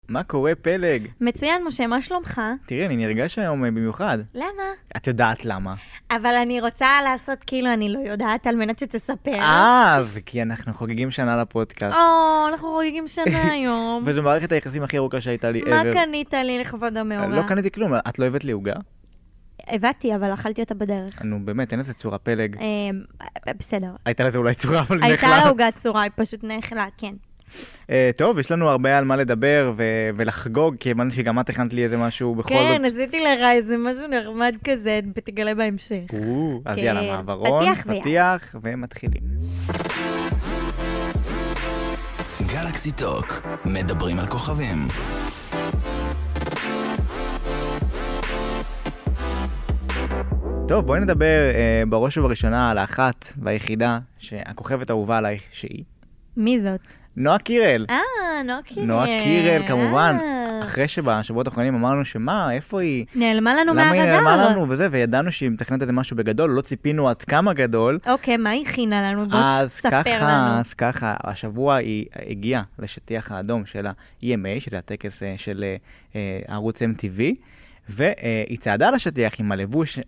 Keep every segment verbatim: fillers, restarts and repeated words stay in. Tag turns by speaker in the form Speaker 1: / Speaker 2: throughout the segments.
Speaker 1: מה קורה פלג?
Speaker 2: מצוין, משה, מה שלומך?
Speaker 1: תראי, אני נרגש היום במיוחד.
Speaker 2: למה?
Speaker 1: את יודעת למה.
Speaker 2: אבל אני רוצה לעשות כאילו אני לא יודעת, על מנת שתספר.
Speaker 1: אה, זה כי אנחנו חוגגים שנה לפודקאסט.
Speaker 2: או, אנחנו חוגגים שנה היום.
Speaker 1: וזו מערכת היחסים הכי ארוכה שהייתה לי ever.
Speaker 2: מה קנית לי לכבוד המאורע?
Speaker 1: לא קניתי כלום, את לא הבאת לי עוגה?
Speaker 2: הבאתי, אבל אכלתי אותה בדרך.
Speaker 1: נו, באמת, אין איזה צורה פלג.
Speaker 2: בסדר.
Speaker 1: הייתה לזה אולי צורה, אבל נאכלה.
Speaker 2: הייתה לה עוגה צורה, היא פשוט נאכלה, כן.
Speaker 1: טוב, יש לנו הרבה על מה לדבר ולחגוג, כי הבנתי שגם את הכנת לי איזה משהו בכל זאת.
Speaker 2: כן, עשיתי לך איזה משהו נחמד כזה, ותגלה בהמשך.
Speaker 1: אז יאללה, מעברון, פתיח, ומתחילים.
Speaker 3: גלקסי טוק, מדברים על כוכבים.
Speaker 1: טוב, בואי נדבר אה, בראש ובראשונה על האחת והיחידה שהכוכבת האהובה עלייך שהיא.
Speaker 2: מי זאת?
Speaker 1: נועה קירל.
Speaker 2: אה, נועה קירל.
Speaker 1: נועה קירל, כמובן. אחרי שבשבועות האחרונים אמרנו שמה, איפה היא?
Speaker 2: נעלמה לנו מהרדאר.
Speaker 1: למה היא נעלמה לנו וזה, וידענו שהיא מתכננת איזה משהו בגדול, לא ציפינו עד כמה גדול.
Speaker 2: אוקיי, מה היא הכינה לנו? בוא תספר לנו.
Speaker 1: אז ככה, השבוע היא הגיעה לשטיח האדום של ה-E M A, שזה הטקס של ערוץ M T V, והיא צעדה לשטיח עם הלבוש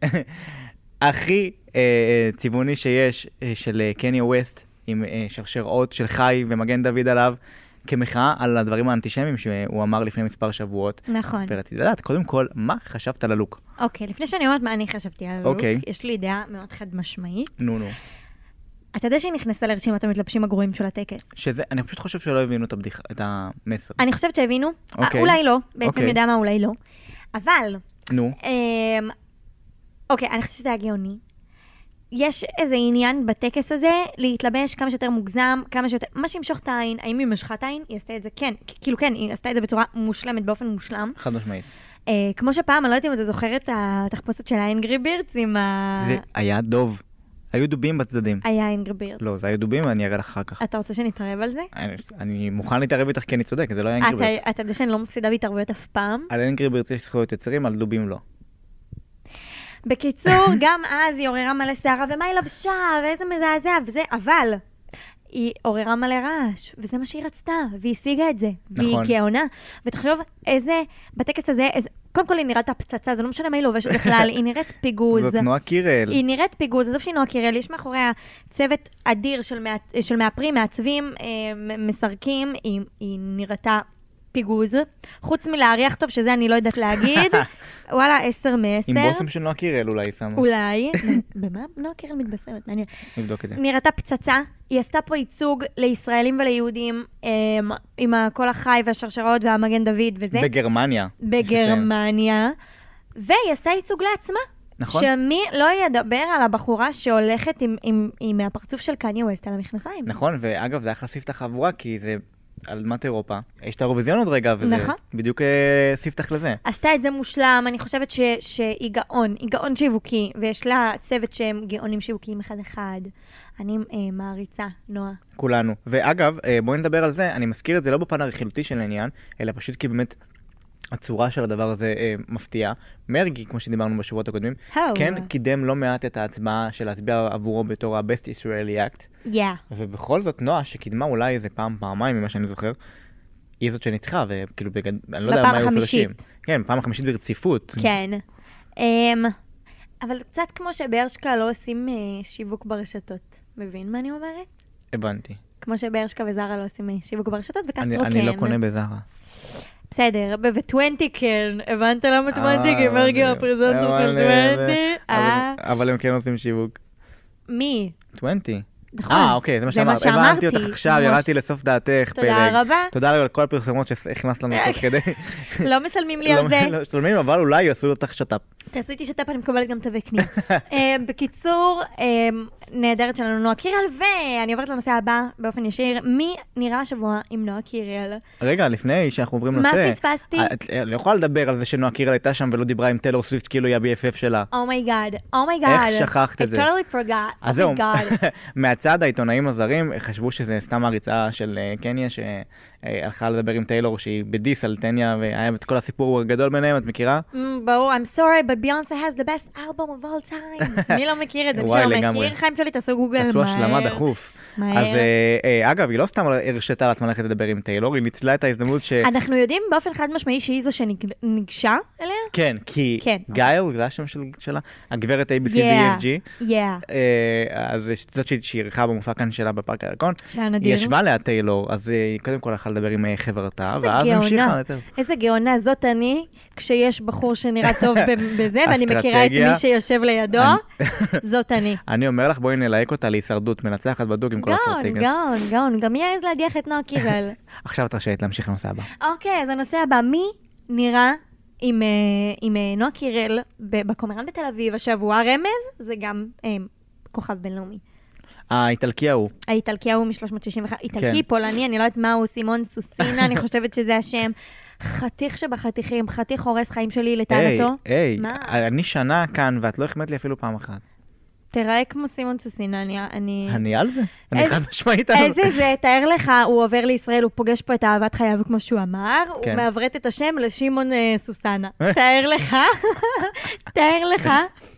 Speaker 1: הכי צבעוני שיש של קניה ווסט, עם שרשרות של חי ומגן דוד עליו, כמחאה על הדברים האנטישמיים שהוא אמר לפני מספר שבועות.
Speaker 2: נכון.
Speaker 1: ורציתי לדעת, קודם כל, מה חשבת על הלוק?
Speaker 2: אוקיי, לפני שאני אומרת מה אני חשבתי על הלוק,
Speaker 1: אוקיי.
Speaker 2: יש לי דעה מאוד חד משמעית.
Speaker 1: נו, נו.
Speaker 2: אתה יודע שהיא נכנסה לרשימת המתלבשים הגרועים של הטקס?
Speaker 1: שזה, אני פשוט חושב שלא הבינו את הבדיחה, את המסר.
Speaker 2: אני חושבת שהבינו.
Speaker 1: אוקיי.
Speaker 2: אולי לא, בעצם
Speaker 1: אוקיי.
Speaker 2: יודע מה, אולי לא. אבל,
Speaker 1: נו.
Speaker 2: אמ, אוקיי, אני חושבת שזה היה גאוני. יש איזה עניין בטקס הזה להתלבש כמה שיותר מוגזם, כמה שיותר, מה שימשוך את העין, האם היא משכה את העין? היא עשתה את זה, כן, כאילו כן, היא עשתה את זה בצורה מושלמת, באופן מושלם.
Speaker 1: חד משמעית.
Speaker 2: אה, כמו שפעם, אני לא יודעת אם אתה זוכר את התחפושת של האנגרי בירדס עם ה...
Speaker 1: זה היה דוב. היו דובים בצדדים.
Speaker 2: היה האנגרי בירדס.
Speaker 1: לא, זה היו דובים ואני אראה לך אחר כך.
Speaker 2: אתה רוצה שנתערב על זה?
Speaker 1: אני, אני מוכן להתערב איתך כי אני צודק, זה לא היה אנגרי בירדס.
Speaker 2: אתה, אתה יודע שאני לא מפסידה בהתערבויות אף פעם.
Speaker 1: על אנגרי בירדס יש זכויות יוצרים, על דובים לא.
Speaker 2: בקיצור, גם אז היא עוררה מלא שערה, ומה היא לבשה, ואיזה מזעזע, וזה, אבל היא עוררה מלא רעש, וזה מה שהיא רצתה, והיא השיגה את זה, והיא
Speaker 1: נכון.
Speaker 2: גאונה. ותחשוב איזה, בטקס הזה, איזה, קודם כל היא נראית הפצצה, זה לא משנה מה היא לובשת בכלל, היא נראית פיגוז.
Speaker 1: זאת נועה קירל.
Speaker 2: היא נראית פיגוז, עזוב שהיא נועה קירל, יש מאחוריה צוות אדיר של, מע... של מאפרים, מעצבים, אה, מסרקים, היא, היא נראתה פיגוז. חוץ מלהריח טוב, שזה אני לא יודעת להגיד, וואלה, עשר מעשר.
Speaker 1: עם בוסם של נועה קירל אולי שמה.
Speaker 2: אולי. במה נועה קירל מתבשמת? מעניין.
Speaker 1: נבדוק את זה.
Speaker 2: נראתה פצצה, היא עשתה פה ייצוג לישראלים וליהודים, עם, עם כל החי והשרשרות והמגן דוד וזה.
Speaker 1: בגרמניה.
Speaker 2: בגרמניה. והיא עשתה ייצוג לעצמה.
Speaker 1: נכון.
Speaker 2: שמי לא ידבר על הבחורה שהולכת עם, עם, עם הפרצוף של קניה ווסט על המכנסיים.
Speaker 1: נכון, ואגב, זה היה חשיף את החבורה, כי זה על אדמת אירופה. יש את האירוויזיון עוד רגע, וזה
Speaker 2: נכון.
Speaker 1: בדיוק אה, ספתח לזה.
Speaker 2: עשתה את זה מושלם, אני חושבת ש, שהיא גאון, היא גאון שיווקי, ויש לה צוות שהם גאונים שיווקיים אחד-אחד. אני אה, מעריצה, נועה.
Speaker 1: כולנו. ואגב, אה, בואי נדבר על זה, אני מזכיר את זה לא בפן הרכילותי של העניין, אלא פשוט כי באמת הצורה של הדבר הזה אה, מפתיעה. מרגי, כמו שדיברנו בשבועות הקודמים,
Speaker 2: Oh.
Speaker 1: כן קידם לא מעט את ההצבעה של להצביע עבורו בתור ה-Best Israeli Act.
Speaker 2: Yeah.
Speaker 1: ובכל זאת נועה, שקידמה אולי איזה פעם, פעמיים, ממה שאני זוכר, היא זאת שניצחה, וכאילו, בגד... אני לא יודע מה היו פרשים. כן, פעם החמישית ברציפות.
Speaker 2: כן. Um, אבל קצת כמו שברשקה לא עושים uh, שיווק ברשתות. מבין מה אני אומרת?
Speaker 1: הבנתי.
Speaker 2: כמו שברשקה וזרה לא עושים uh, שיווק ברשתות, וקסטרו
Speaker 1: אני,
Speaker 2: כן.
Speaker 1: אני לא קונה בזרה.
Speaker 2: בסדר, ב-עשרים כן, הבנת למה עשרים? כי מרגי הוא הפרזנטור של עשרים.
Speaker 1: אבל הם כן עושים שיווק.
Speaker 2: מי?
Speaker 1: עשרים.
Speaker 2: נכון.
Speaker 1: אה, אוקיי, זה מה שאמרת. הבנתי אותך עכשיו, ירדתי לסוף דעתך, פלג.
Speaker 2: תודה רבה.
Speaker 1: תודה על כל הפרסומות שהכנסת לנו תוך כדי.
Speaker 2: לא משלמים לי על זה.
Speaker 1: לא משלמים, אבל אולי יעשו אותך שטאפ.
Speaker 2: תעשיתי שטאפ, אני מקבלת גם תווי קנייה. בקיצור, נהדרת שלנו נועה קירל, ואני עוברת לנושא הבא באופן ישיר. מי נראה השבוע עם נועה קירל?
Speaker 1: רגע, לפני שאנחנו עוברים לנושא.
Speaker 2: מה פספסתי?
Speaker 1: את לא יכולה לדבר על זה שנועה קירל הייתה שם ולא דיברה עם טיילור סוויפט כאילו היא ה-בי אף אף שלה.
Speaker 2: אומייגאד, אומייגאד.
Speaker 1: איך שכחת את זה?
Speaker 2: I totally forgot.
Speaker 1: אז זהו,
Speaker 2: אומייגאד.
Speaker 1: מהצד העיתונאים הזרים חשבו שזה סתם הריצה של קניה שהלכה לדבר עם טיילור שהיא בדיס על טניה והיה את כל הסיפור הגדול ביניהם, את מכירה?
Speaker 2: ברור, I'm sorry, but Beyonce has the best album of all time. מי לא מכיר את זה?
Speaker 1: וואי,
Speaker 2: מי שלא
Speaker 1: לגמרי.
Speaker 2: מכיר, חיים שלי, תעשו גוגל מהר.
Speaker 1: תעשו השלמה דחוף.
Speaker 2: מהר.
Speaker 1: אז אה, אה, אגב, היא לא סתם הרשתה לעצמה ללכת לדבר עם טיילור, היא ניצלה את ההזדמנות ש...
Speaker 2: אנחנו יודעים באופן חד משמעי שהיא זו שניגשה אליה?
Speaker 1: כן, כי
Speaker 2: כן.
Speaker 1: גייל, זה השם של- שלה, הגברת A B C D
Speaker 2: Yeah.
Speaker 1: F G,
Speaker 2: Yeah.
Speaker 1: אה, אז זאת שהיא- שהיא אירחה במופע כאן שלה בפארק הירקון,
Speaker 2: שהיה
Speaker 1: היא
Speaker 2: נדיר.
Speaker 1: ישבה ליד טיילור, אז היא קודם כל הלכה לדבר עם אה, חברתה,
Speaker 2: איזה
Speaker 1: ואז
Speaker 2: גאונה.
Speaker 1: המשיכה יותר.
Speaker 2: איזה גאונה, זאת אני, כשיש בחור שנראה טוב ב- בזה, ואני מכירה את
Speaker 1: אסטרטגיה.
Speaker 2: מי שיושב לידו, זאת אני.
Speaker 1: אני אומר לך, בואי נלהק אותה להישרדות, מנצחת בדוק עם כל
Speaker 2: גאון,
Speaker 1: האסטרטגיה.
Speaker 2: גאון, גאון. גם יעז להדיח את נועה קירל.
Speaker 1: עכשיו את רשאית להמשיך לנושא הבא.
Speaker 2: אוקיי, אז הנושא הבא, מי נראה עם, אה, עם אה, נועה קירל ב- בקומראן בתל אביב השבוע? רמז, זה גם אה, כוכב בינלאומי.
Speaker 1: האיטלקי ההוא.
Speaker 2: האיטלקי ההוא מ-שלוש מאות שישים ואחת, איטלקי,
Speaker 1: כן.
Speaker 2: פולני, אני לא יודעת מה הוא, סימון סוסינה, אני חושבת שזה השם. חתיך שבחתיכים, חתיך הורס חיים שלי
Speaker 1: היי,
Speaker 2: לטענתו.
Speaker 1: היי,
Speaker 2: מה?
Speaker 1: אני שנה כאן, ואת לא החמאת לי אפילו פעם אחת.
Speaker 2: תראה כמו סימון סוסינה, אני... אני...
Speaker 1: אני על זה. אני
Speaker 2: איזה-
Speaker 1: חד משמעית על זה.
Speaker 2: איזה זה, תאר לך, הוא עובר לישראל, הוא פוגש פה את אהבת חייו, כמו שהוא אמר, הוא
Speaker 1: כן.
Speaker 2: מעברת את השם לשמעון אה, סוסנה. תאר לך, תאר לך,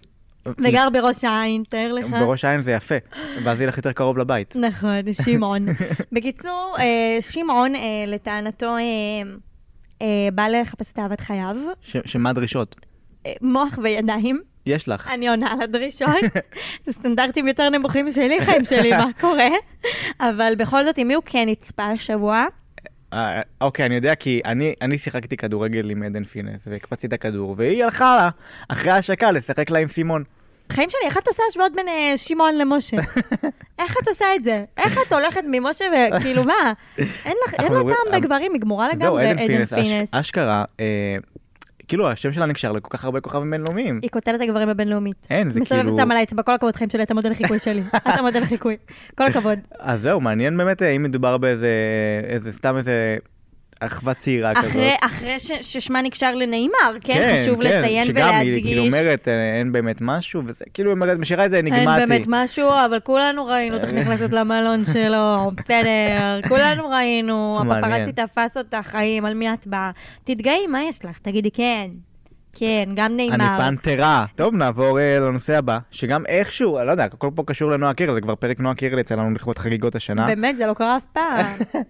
Speaker 2: וגר בראש העין, תאר לך.
Speaker 1: בראש העין זה יפה, ואז ילך יותר קרוב לבית.
Speaker 2: נכון, שמעון. בקיצור, אה, שמעון, אה, לטענתו, אה, אה, בא לחפש את אהבת חייו,
Speaker 1: ש- שמה הדרישות?
Speaker 2: אה, מוח וידיים.
Speaker 1: יש לך.
Speaker 2: אני עונה על הדרישות. זה סטנדרטים יותר נמוכים שלי, חיים שלי, מה קורה? אבל בכל זאת, עם מי הוא כן יצפה השבוע?
Speaker 1: אה, אוקיי, אני יודע כי אני אני שיחקתי כדורגל עם עדן פינס, והקפצתי את הכדור, והיא הלכה לה, אחרי ההשקה, לשחק לה עם סימון.
Speaker 2: חיים שלי, איך את עושה השוואות בין אה, שמעון למשה? איך את עושה את זה? איך את הולכת ממשה וכאילו מה? אין לך, אין
Speaker 1: אנחנו
Speaker 2: לה
Speaker 1: מדברים-
Speaker 2: טעם בגברים, היא גמורה
Speaker 1: זהו,
Speaker 2: לגמרי,
Speaker 1: עדן פינס, אש-
Speaker 2: פינס.
Speaker 1: אשכרה, אה, כאילו השם שלה נקשר לכל כך הרבה כוכבים בינלאומיים.
Speaker 2: היא כותבת הגברים בבינלאומית.
Speaker 1: אין, זה
Speaker 2: מסובבת
Speaker 1: כאילו...
Speaker 2: אותם על האצבע, כל הכבוד חיים שלי, אתה מודל לחיקוי שלי. אתה מודל לחיקוי. כל הכבוד.
Speaker 1: אז זהו, מעניין באמת אה, אם מדובר באיזה, איזה, סתם איזה אחווה צעירה כזאת.
Speaker 2: אחרי, אחרי ש, ששמה נקשר לנעימר, כן? חשוב לציין
Speaker 1: שגם היא
Speaker 2: ולהדגיש.
Speaker 1: כאילו אומרת, אה, אין באמת משהו, וזה כאילו אומרת, משאירה את זה
Speaker 2: אין
Speaker 1: אניגמטי.
Speaker 2: באמת משהו, אבל כולנו ראינו איך נכנסת למלון שלו, בסדר, כולנו ראינו,
Speaker 1: מעניין.
Speaker 2: הפפרצי תפס אותך, חיים, על מי את באה? תתגאי, מה יש לך? תגידי כן. כן, גם
Speaker 1: אני
Speaker 2: נעימר.
Speaker 1: פנתרה. טוב, נעבור uh, לנושא הבא, שגם איכשהו, אני לא יודע, הכל פה קשור לנועה קירל, זה כבר פרק נועה קירל יצא לנו לכבוד חגיגות השנה.
Speaker 2: באמת, זה לא קרה אף פעם.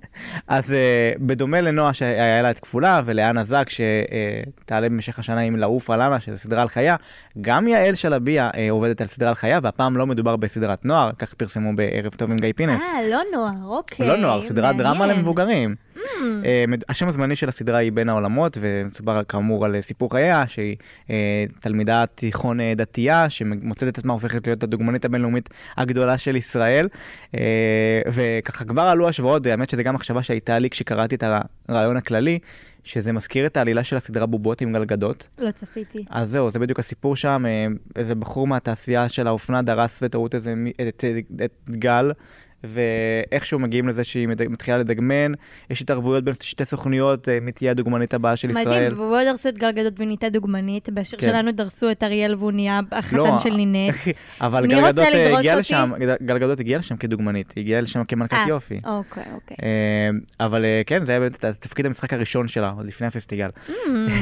Speaker 1: אז uh, בדומה לנועה שהיה לה את כפולה, ולאנה זק שתעלה במשך השנה עם לעוף על אנה, שזה סדרה על חיה, גם יעל שלביה uh, עובדת על סדרה על חיה, והפעם לא מדובר בסדרת נוער, כך פרסמו בערב טוב עם גיא פינס.
Speaker 2: אה, לא נוער, אוקיי.
Speaker 1: לא נוער, סדרת דרמה
Speaker 2: מעניין.
Speaker 1: למבוגרים. אה, מד- השם הזמני של הסדרה היא בין העולמות, ומסובר כאמור על אה, סיפור חייה, שהיא אה, תלמידה תיכון אה, דתייה, שמוצאת את עצמה הופכת להיות הדוגמנית הבינלאומית הגדולה של ישראל. אה, וככה כבר עלו השוואות, האמת שזה גם מחשבה שהייתה לי כשקראתי את הרעיון הכללי, שזה מזכיר את העלילה של הסדרה בובות עם גלגדות.
Speaker 2: לא צפיתי.
Speaker 1: אז זהו, זה בדיוק הסיפור שם, אה, איזה בחור מהתעשייה של האופנה דרס וטעות איזה, מי- את, את, את גל, ואיכשהו מגיעים לזה שהיא מד- מתחילה לדגמן, יש התערבויות בין שתי סוכניות, אה, מי תהיה הדוגמנית הבאה של ישראל.
Speaker 2: מדהים, ובואו דרסו את גלגדות ונהייתה דוגמנית, בשיר
Speaker 1: כן.
Speaker 2: שלנו דרסו את אריאל והוא נהיה החתן
Speaker 1: לא,
Speaker 2: של נינת.
Speaker 1: אבל
Speaker 2: מי רוצה
Speaker 1: גלגדות אה,
Speaker 2: לדרוס
Speaker 1: הגיעה
Speaker 2: אותי?
Speaker 1: לשם, גלגדות הגיעה לשם כדוגמנית, היא הגיעה לשם כמלכת
Speaker 2: אה,
Speaker 1: יופי.
Speaker 2: אוקיי, אוקיי.
Speaker 1: אה, אבל אה, כן, זה היה באמת תפקיד המשחק הראשון שלה, עוד לפני הפסטיגל.
Speaker 2: Mm.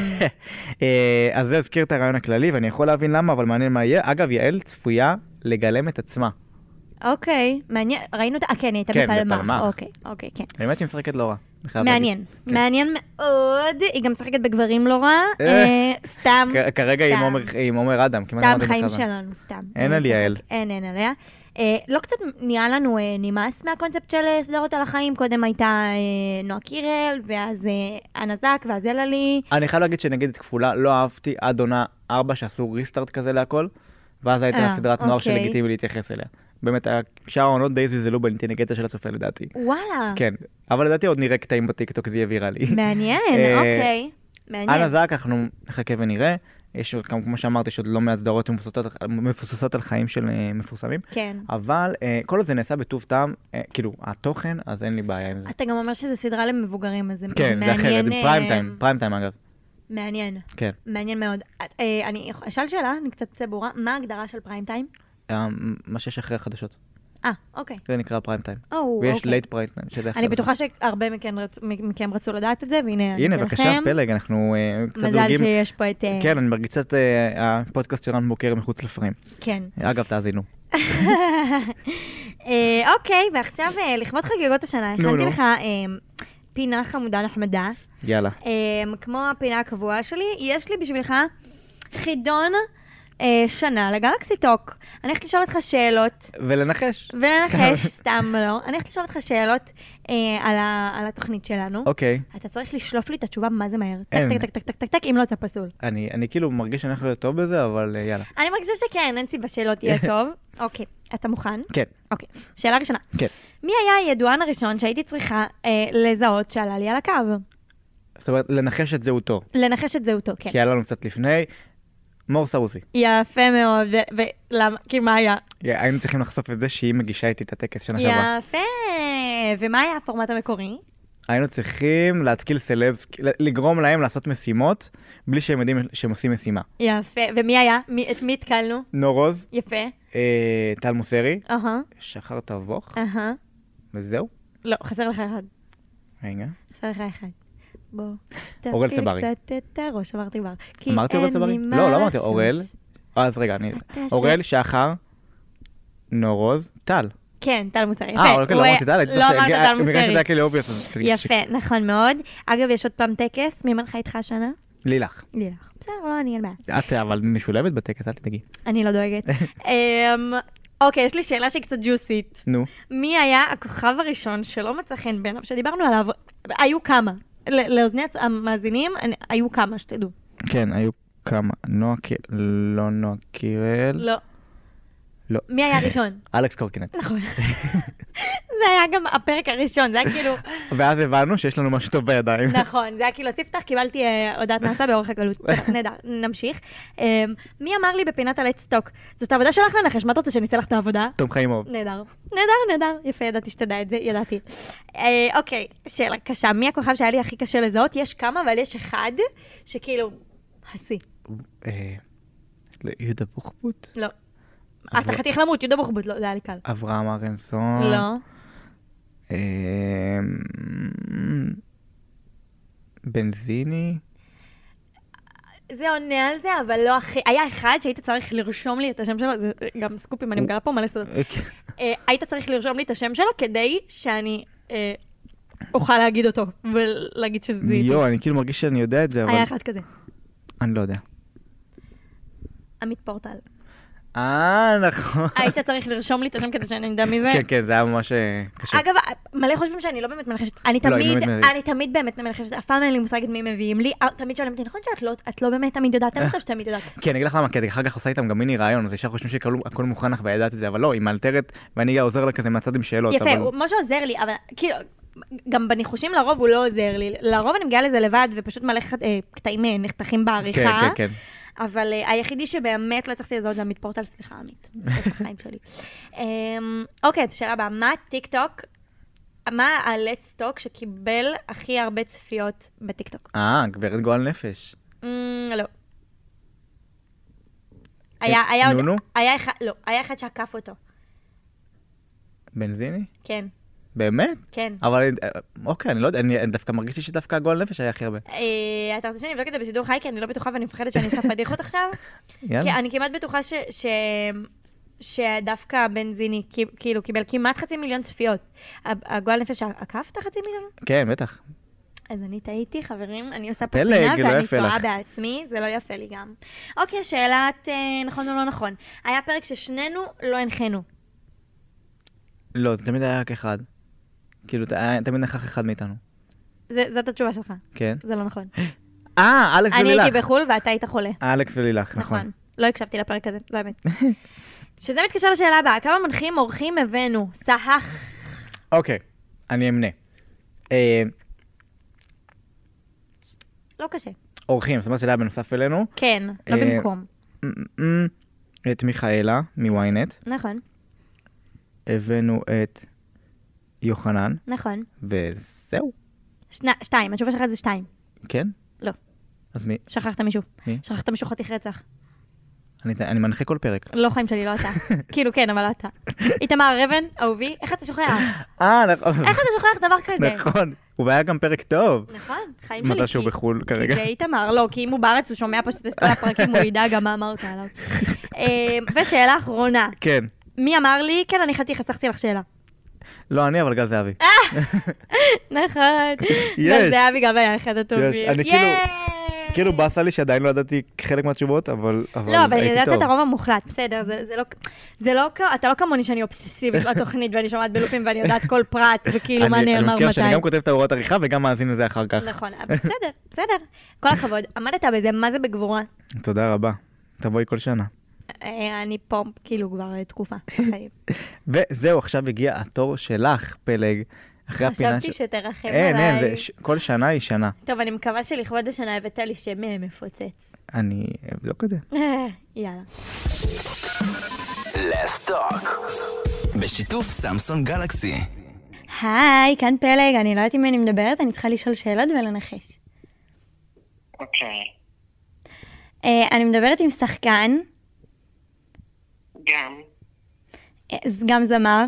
Speaker 1: אה, אז זה הזכיר את הרעיון הכללי, ואני יכול להבין למה, אבל מעניין מה יהיה. אגב, יעל צפויה לגלם את עצמה.
Speaker 2: אוקיי, מעניין, ראינו אותה, אה כן, היא הייתה
Speaker 1: כן,
Speaker 2: בפלמח.
Speaker 1: בפלמח.
Speaker 2: אוקיי, אוקיי, כן.
Speaker 1: באמת שהיא משחקת לא רע. אני חייב
Speaker 2: מעניין,
Speaker 1: להגיד. כן.
Speaker 2: מעניין מאוד, היא גם משחקת בגברים לא רע,
Speaker 1: אה.
Speaker 2: אה, סתם,
Speaker 1: כ- כרגע היא עם
Speaker 2: סתם.
Speaker 1: עומר- היא עם עומר אדם, כמעט
Speaker 2: סתם
Speaker 1: אמרתי
Speaker 2: חיים
Speaker 1: בכוונה.
Speaker 2: שלנו, סתם.
Speaker 1: אין על יעל.
Speaker 2: אין, אין עליה. אה, לא קצת נהיה לנו אה, נמאס מהקונספט של אה, סדרות על החיים, קודם הייתה אה, נועה קירל, ואז אה, אנה זק, ואז אלעלי.
Speaker 1: אני חייב להגיד שנגיד את כפולה, לא אהבתי עד עונה ארבע שעשו ריסטארט כזה להכל, ואז הייתה
Speaker 2: אה,
Speaker 1: סדרת נוער
Speaker 2: אוקיי.
Speaker 1: שלגיטימי להתייחס אליה. באמת, שאר העונות די זלזלו באינטליגנציה של הצופה לדעתי.
Speaker 2: וואלה,
Speaker 1: כן, אבל לדעתי עוד נראה קטעים בטיקטוק, זה יהיה ויראלי.
Speaker 2: מעניין,
Speaker 1: אה,
Speaker 2: אוקיי. מעניין.
Speaker 1: אנה זק, אנחנו נחכה ונראה. יש עוד, כמו שאמרתי, יש עוד לא מעט סדרות מבוססות, מבוססות על חיים של אה, מפורסמים.
Speaker 2: כן.
Speaker 1: אבל אה, כל זה נעשה בטוב טעם, אה, כאילו, התוכן, אז אין לי בעיה עם זה.
Speaker 2: אתה גם אומר שזו סדרה למבוגרים, אז זה
Speaker 1: כן, זה אחרת,
Speaker 2: מעניין.
Speaker 1: זה
Speaker 2: אה,
Speaker 1: פריים טיים, פריים טיים אגב. מעניין.
Speaker 2: מעניין, מעניין מאוד. את, אה, אני אשאל שאלה, אני קצת בורה, מה ההגדרה של פריים טיים?
Speaker 1: אה, מה שיש אחרי החדשות.
Speaker 2: אה, אוקיי.
Speaker 1: זה נקרא פריים טיים.
Speaker 2: או,
Speaker 1: ויש
Speaker 2: אוקיי.
Speaker 1: לייט פריים טיים, שזה אחד.
Speaker 2: אני בטוחה שהרבה מכם רצ- מכם רצו לדעת את זה, והנה, אני
Speaker 1: הנה,
Speaker 2: אתן
Speaker 1: בבקשה,
Speaker 2: לכם.
Speaker 1: פלג, אנחנו אה, קצת
Speaker 2: מזל
Speaker 1: דוגים.
Speaker 2: שיש פה את... אה,
Speaker 1: כן, אני מרגיש קצת אה, הפודקאסט שלנו בוקר מחוץ לפריים.
Speaker 2: כן.
Speaker 1: אגב, תאזינו.
Speaker 2: אה, אוקיי, ועכשיו אה, לכבוד חגיגות השנה,
Speaker 1: נו,
Speaker 2: הכנתי
Speaker 1: נו.
Speaker 2: לך אה, פינה חמודה נחמדה.
Speaker 1: יאללה.
Speaker 2: אה, כמו הפינה הקבועה שלי, יש לי בשבילך חידון אה, שנה לגלקסי טוק. אני הולכת לשאול אותך שאלות,
Speaker 1: ולנחש.
Speaker 2: ולנחש, סתם לא. אני הולכת לשאול אותך שאלות אה, על ה- על התוכנית שלנו.
Speaker 1: אוקיי.
Speaker 2: אתה צריך לשלוף לי את התשובה מה זה מהר. טק,
Speaker 1: אין.
Speaker 2: טק, טק, טק, טק, טק, טק, אם לא, אתה פסול.
Speaker 1: אני אני כאילו מרגיש שאני הולך להיות טוב בזה, אבל אה, יאללה.
Speaker 2: אני מרגישה שכן, אין סיבה שלא תהיה טוב. אוקיי, אתה מוכן?
Speaker 1: כן,
Speaker 2: אוקיי, שאלה ראשונה.
Speaker 1: כן.
Speaker 2: מי היה הידוען הראשון שהייתי צריכה אה, לזהות שעלה לי על הקו?
Speaker 1: זאת אומרת, לנחש את זהותו.
Speaker 2: לנחש את זהותו, כן.
Speaker 1: כי היה לנו קצת לפני. מור סרוסי.
Speaker 2: יפה מאוד, ו- ולמה? כי מה היה?
Speaker 1: היינו צריכים לחשוף את זה שהיא מגישה איתי את הטקס שנה שעברה.
Speaker 2: יפה. ומה היה הפורמט המקורי?
Speaker 1: היינו צריכים להתקיל סלבס, לגרום להם לעשות משימות, בלי שהם יודעים שהם עושים משימה.
Speaker 2: יפה. ומי היה? מי, את מי התקלנו?
Speaker 1: נורוז,
Speaker 2: יפה.
Speaker 1: אה, טל מוסרי,
Speaker 2: אהה,
Speaker 1: שחר תבוך,
Speaker 2: אהה.
Speaker 1: וזהו.
Speaker 2: לא, חסר לך אחד.
Speaker 1: רגע.
Speaker 2: חסר לך אחד. בוא.
Speaker 1: אורל
Speaker 2: תפעיל
Speaker 1: צברי.
Speaker 2: קצת את הראש, אמרתי כבר. כי
Speaker 1: אמרתי אורל
Speaker 2: אין
Speaker 1: צברי?
Speaker 2: לי
Speaker 1: לא,
Speaker 2: מה
Speaker 1: לא אמרתי,
Speaker 2: לחשוש.
Speaker 1: אורל. אז רגע, אני...
Speaker 2: אתה
Speaker 1: אורל, שחר, נורוז, טל.
Speaker 2: כן, טל מוסרי. יפה.
Speaker 1: אה, אוקיי, לא
Speaker 2: הוא-
Speaker 1: אמרתי טל.
Speaker 2: לא אמרת טל
Speaker 1: בגלל שזה
Speaker 2: מוסרי.
Speaker 1: היה כאילו אוביוס, אז תגיד ש-
Speaker 2: יפה, נכון מאוד. אגב, יש עוד פעם טקס. מי מנחה איתך השנה?
Speaker 1: לילך.
Speaker 2: לילך. בסדר, לא, אני אין בעיה.
Speaker 1: את אבל משולבת בטקס, אל תדאגי.
Speaker 2: אני לא דואגת. אמ, אוקיי, יש לי שאלה שהיא קצת ג'וסית.
Speaker 1: נו.
Speaker 2: מי היה הכוכב הראשון שלא מצא חן בעיניו, שדיברנו עליו? היו כמה. ל- לאוזני הצ- המאזינים, אני- היו כמה, שתדעו.
Speaker 1: כן, היו כמה. נועה ק... לא נועה קירל.
Speaker 2: לא.
Speaker 1: לא.
Speaker 2: מי היה הראשון?
Speaker 1: אלכס קורקינט.
Speaker 2: נכון. זה היה גם הפרק הראשון, זה היה כאילו...
Speaker 1: ואז הבנו שיש לנו משהו טוב בידיים.
Speaker 2: נכון, זה היה כאילו, ספתח, קיבלתי אה, הודעת נעשה באורך הגלות. בסדר, נהדר, נמשיך. אה, מי אמר לי בפינת הלט סטוק? זאת העבודה שלך לנחש, מה אתה רוצה, שאני אצא לך את העבודה?
Speaker 1: תום חיימוב.
Speaker 2: נהדר, נהדר, נהדר. יפה, ידעתי שתדע את זה, ידעתי. אה, אוקיי, שאלה קשה. מי הכוכב שהיה לי הכי קשה לזהות? יש כמה, אבל יש אחד שכאילו, השיא.
Speaker 1: אה, יהודה בוחבוט?
Speaker 2: לא.
Speaker 1: אבל-
Speaker 2: אתה חתיך למות, יהודה בוחבוט, לא, זה היה לי קל.
Speaker 1: אברהם ארנסון.
Speaker 2: לא.
Speaker 1: אה, בנזיני.
Speaker 2: זה עונה על זה, אבל לא הכי... היה אחד שהיית צריך לרשום לי את השם שלו, זה גם סקופים, אני מגלה פה מלא סודות.
Speaker 1: אה, כן.
Speaker 2: אה, היית צריך לרשום לי את השם שלו כדי שאני אה, אוכל להגיד אותו, ולהגיד שזה זיהיתי.
Speaker 1: יו, אני כאילו מרגיש שאני יודע את זה, אבל
Speaker 2: היה אחד כזה.
Speaker 1: אני לא יודע.
Speaker 2: עמית פורטל.
Speaker 1: אה, נכון.
Speaker 2: היית צריך לרשום לי את השם כדי שאני אדע מי זה.
Speaker 1: כן, כן, זה היה ממש אה, קשה.
Speaker 2: אגב, מלא חושבים שאני לא באמת מנחשת. אני
Speaker 1: לא, אני
Speaker 2: תמיד,
Speaker 1: באמת מנחשת.
Speaker 2: אני תמיד באמת מנחשת, אף פעם אין לי מושג את מי מביאים לי. אה, תמיד שואלים אותי, נכון שאת לא, את לא באמת תמיד יודעת, אני לא חושבת שתמיד יודעת.
Speaker 1: כן, אני אגיד לך למה, כי אני אחר כך עושה איתם גם מיני רעיון, אז ישר חושבים שהכל מוכן לך וידעת את זה, אבל לא, היא מאלתרת, ואני עוזר לה כזה מהצד עם שאלות.
Speaker 2: יפה,
Speaker 1: אבל-
Speaker 2: הוא- משה עוזר לי, אבל כאילו, גם בניחושים לרוב הוא לא עוזר לי. לרוב אני מגיעה לזה לבד, ופשוט מלא ח- אה, קטעים אה, נחתכים בעריכה.
Speaker 1: כן, כן, כן.
Speaker 2: אבל uh, היחידי שבאמת לא הצלחתי לזהות זה עמית פורטל, סליחה עמית, בסוף החיים שלי. Um, אוקיי, שאלה הבאה, מה טיקטוק, מה הלט סטוק שקיבל הכי הרבה צפיות בטיקטוק?
Speaker 1: אה, גברת גועל נפש.
Speaker 2: Mm, לא. היה, היה עוד,
Speaker 1: נונו?
Speaker 2: היה אחד, לא, היה אחד שעקף אותו.
Speaker 1: בנזיני?
Speaker 2: כן,
Speaker 1: באמת?
Speaker 2: כן.
Speaker 1: אבל, אה, אוקיי, אני לא יודע, אני דווקא מרגיש לי שדווקא הגועל נפש היה הכי הרבה.
Speaker 2: אה, אתה רוצה שאני אבדוק את זה בשידור חי? כי אני לא בטוחה ואני מפחדת שאני אעשה פדיחות עכשיו. כי
Speaker 1: יאללה.
Speaker 2: אני כמעט בטוחה ש... ש... שדווקא בנזיני כי- כאילו קיבל כמעט חצי מיליון צפיות. הגועל נפש עקף את החצי מיליון?
Speaker 1: כן, בטח.
Speaker 2: אז אני טעיתי, חברים, אני עושה פה
Speaker 1: פלג,
Speaker 2: פינה
Speaker 1: לא
Speaker 2: ואני
Speaker 1: יפה
Speaker 2: טועה
Speaker 1: לך.
Speaker 2: בעצמי, זה לא יפה לי גם. אוקיי, שאלת אה, נכון או לא נכון. היה פרק ששנינו לא הנחינו.
Speaker 1: לא, זה תמיד היה רק אחד. כאילו, ת- היה- תמיד נכח אחד מאיתנו.
Speaker 2: זה- זאת התשובה שלך,
Speaker 1: כן.
Speaker 2: זה לא נכון.
Speaker 1: אה, אלכס
Speaker 2: אני
Speaker 1: ולילך.
Speaker 2: הייתי בחו"ל ואתה היית חולה.
Speaker 1: אלכס ולילך, נכון.
Speaker 2: נכון. לא הקשבתי לפרק הזה, זו האמת. שזה מתקשר לשאלה הבאה, כמה מנחים אורחים הבאנו? סהך.
Speaker 1: אוקיי, אני אמנה. אה,
Speaker 2: לא קשה.
Speaker 1: אורחים, זאת אומרת שזה היה בנוסף אלינו.
Speaker 2: כן, לא
Speaker 1: אה,
Speaker 2: במקום.
Speaker 1: מ- מ- את מיכאלה מוויינט,
Speaker 2: נכון,
Speaker 1: הבאנו את יוחנן,
Speaker 2: נכון.
Speaker 1: וזהו.
Speaker 2: שני- שתיים, התשובה שלך זה שתיים.
Speaker 1: כן?
Speaker 2: לא.
Speaker 1: אז מי?
Speaker 2: שכחת מישהו.
Speaker 1: מי?
Speaker 2: שכחת מישהו חתיך רצח.
Speaker 1: אני, אני מנחה כל פרק.
Speaker 2: לא חיים שלי, לא אתה. כאילו כן, אבל לא אתה. איתמר רבן, אהובי, איך אתה שוכח?
Speaker 1: אה, נכון.
Speaker 2: איך אתה שוכח דבר כזה?
Speaker 1: נכון, הוא היה גם פרק טוב.
Speaker 2: נכון, חיים שלי.
Speaker 1: מתי שהוא בחול כרגע.
Speaker 2: כי זה איתמר, לא, כי אם הוא בארץ הוא שומע פשוט את כל הפרקים, הוא ידע גם מה אמרת עליו. ושאלה אחרונה.
Speaker 1: כן.
Speaker 2: מי אמר לי? כן, אני חצי חסכתי לך שאלה.
Speaker 1: לא אני, אבל גל זהבי.
Speaker 2: נכון.
Speaker 1: יש.
Speaker 2: גל זהבי גם היה אחד הטובים.
Speaker 1: יש, אני כאילו... כאילו באסה לי שעדיין לא ידעתי חלק מהתשובות, אבל הייתי טוב.
Speaker 2: לא, אבל ידעת את הרוב המוחלט, בסדר, זה לא, זה לא, אתה לא כמוני שאני אובססיבית לתוכנית ואני שומעת בלופים ואני יודעת כל פרט וכאילו מה נאמר מתי.
Speaker 1: אני מזכיר שאני גם כותב את ההוראות עריכה וגם מאזין לזה אחר כך.
Speaker 2: נכון, בסדר, בסדר, כל הכבוד, עמדת בזה, מה זה בגבורה?
Speaker 1: תודה רבה, תבואי כל שנה.
Speaker 2: אני פה כאילו כבר תקופה.
Speaker 1: וזהו, עכשיו הגיע התור שלך, פלג.
Speaker 2: חשבתי שתרחם
Speaker 1: עליי. אין, אין, כל שנה היא שנה.
Speaker 2: טוב, אני מקווה שלכבוד השנה הבאת לי שם מפוצץ.
Speaker 1: אני אבדוק את זה.
Speaker 2: יאללה.
Speaker 3: Let's talk. בשיתוף סמסונג גלקסי.
Speaker 2: היי, כאן פלג, אני לא יודעת אם אני מדברת, אני צריכה לשאול שאלות ולנחש.
Speaker 4: אוקיי.
Speaker 2: אני מדברת עם שחקן.
Speaker 4: גם.
Speaker 2: גם זמר.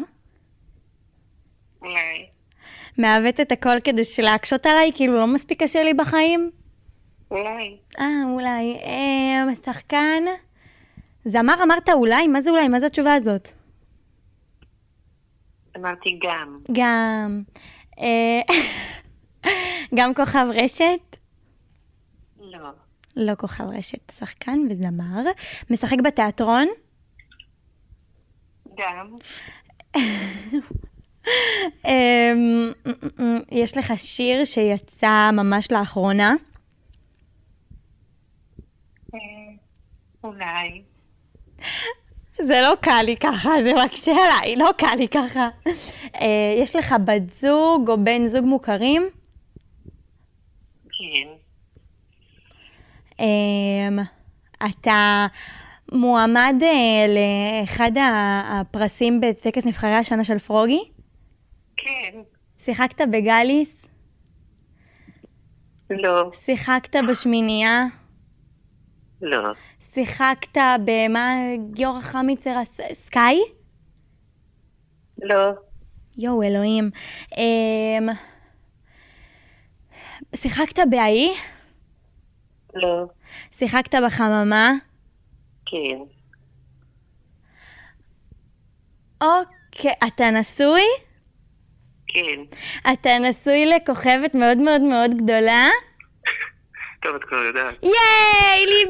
Speaker 4: אולי.
Speaker 2: מעוות את הכל כדי שלהקשות עליי, כאילו לא מספיק קשה לי בחיים?
Speaker 4: אולי.
Speaker 2: אה, אולי. אה, שחקן. זמר אמרת אולי? מה זה אולי? מה זה התשובה הזאת?
Speaker 4: אמרתי גם.
Speaker 2: גם. אה, גם כוכב רשת?
Speaker 4: לא.
Speaker 2: לא כוכב רשת. שחקן וזמר. משחק בתיאטרון?
Speaker 4: גם.
Speaker 2: יש לך שיר שיצא ממש לאחרונה?
Speaker 4: אולי.
Speaker 2: זה לא קל לי ככה, זה מקשה עליי, לא קל לי ככה. יש לך בת זוג או בן זוג מוכרים?
Speaker 4: כן.
Speaker 2: אתה מועמד לאחד הפרסים בטקס נבחרי השנה של פרוגי?
Speaker 4: כן.
Speaker 2: שיחקת בגליס?
Speaker 4: לא.
Speaker 2: שיחקת בשמינייה?
Speaker 4: לא.
Speaker 2: שיחקת במה גיורא חמיצר סקאי?
Speaker 4: לא.
Speaker 2: יואו, אלוהים. שיחקת באי?
Speaker 4: לא.
Speaker 2: שיחקת בחממה?
Speaker 4: כן.
Speaker 2: אוקיי, אתה נשוי?
Speaker 4: כן.
Speaker 2: אתה נשוי לכוכבת מאוד מאוד מאוד גדולה?
Speaker 4: טוב, את כבר יודעת.
Speaker 2: ייי, לי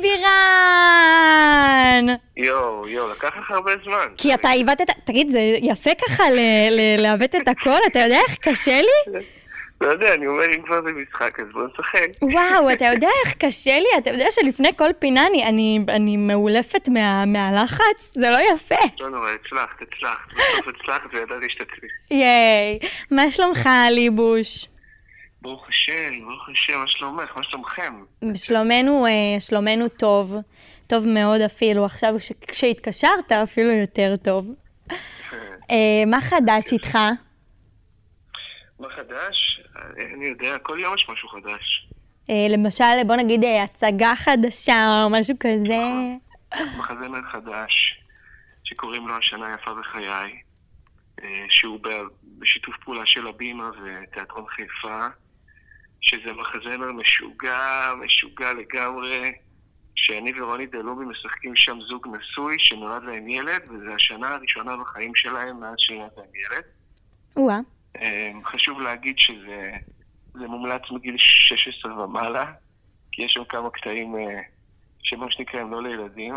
Speaker 2: בירן!
Speaker 4: יואו, יואו, לקח לך הרבה זמן.
Speaker 2: כי אתה עיוות את... תגיד, זה יפה ככה לעוות את הכל? אתה יודע איך קשה לי?
Speaker 4: לא יודע, אני אומר, אם כבר זה משחק, אז בוא נשחק.
Speaker 2: וואו, אתה יודע איך קשה לי? אתה יודע שלפני כל פינה אני מעולפת מהלחץ? זה לא יפה.
Speaker 4: לא נורא, הצלחת, הצלחת. בסוף הצלחת וידעתי שתצליח.
Speaker 2: ייי, מה שלומך, ליבוש?
Speaker 4: ברוך השם, ברוך השם, מה שלומך? מה שלומכם?
Speaker 2: שלומנו, שלומנו טוב. טוב מאוד אפילו. עכשיו כשהתקשרת אפילו יותר טוב. מה חדש איתך?
Speaker 4: מה חדש? אני יודע, כל יום יש משהו חדש.
Speaker 2: למשל, בוא נגיד הצגה חדשה או משהו כזה.
Speaker 4: מחזמר חדש, שקוראים לו השנה יפה בחיי, שהוא בשיתוף פעולה של הבימה ותיאטרון חיפה, שזה מחזמר משוגע, משוגע לגמרי, שאני ורוני דלובי משחקים שם זוג נשוי שנולד להם ילד, וזו השנה הראשונה בחיים שלהם מאז שנולד להם ילד.
Speaker 2: וואה.
Speaker 4: חשוב להגיד שזה זה מומלץ מגיל שש עשרה ומעלה, כי יש שם כמה קטעים שמה שנקרא הם לא לילדים,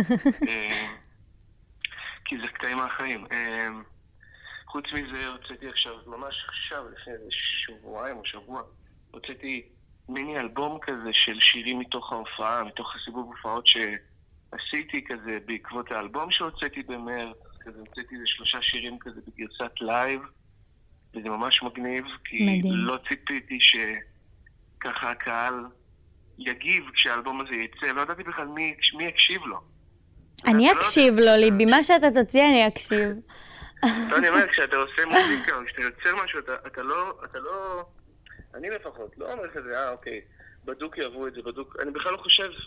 Speaker 4: כי זה קטעים מהחיים. חוץ מזה הוצאתי עכשיו, ממש עכשיו, לפני איזה שבועיים או שבוע, הוצאתי מיני אלבום כזה של שירים מתוך ההופעה, מתוך הסיבוב הופעות שעשיתי כזה בעקבות האלבום שהוצאתי במרץ, כזה הוצאתי איזה שלושה שירים כזה בגרסת לייב, וזה ממש מגניב, כי מדהים. לא ציפיתי שככה הקהל יגיב כשהאלבום הזה יצא, לא ידעתי בכלל מי, מי יקשיב לו.
Speaker 2: אני אקשיב לו, ליבי, מה שאתה תוציא אני אקשיב.
Speaker 4: לא, אני אומר, כשאתה עושה מוזיקה, או כשאתה יוצר משהו, אתה, אתה לא, אתה לא, אני לפחות, לא אומר כזה, אה, אוקיי, בדוק יעבו את זה, בדוק, אני בכלל לא חושב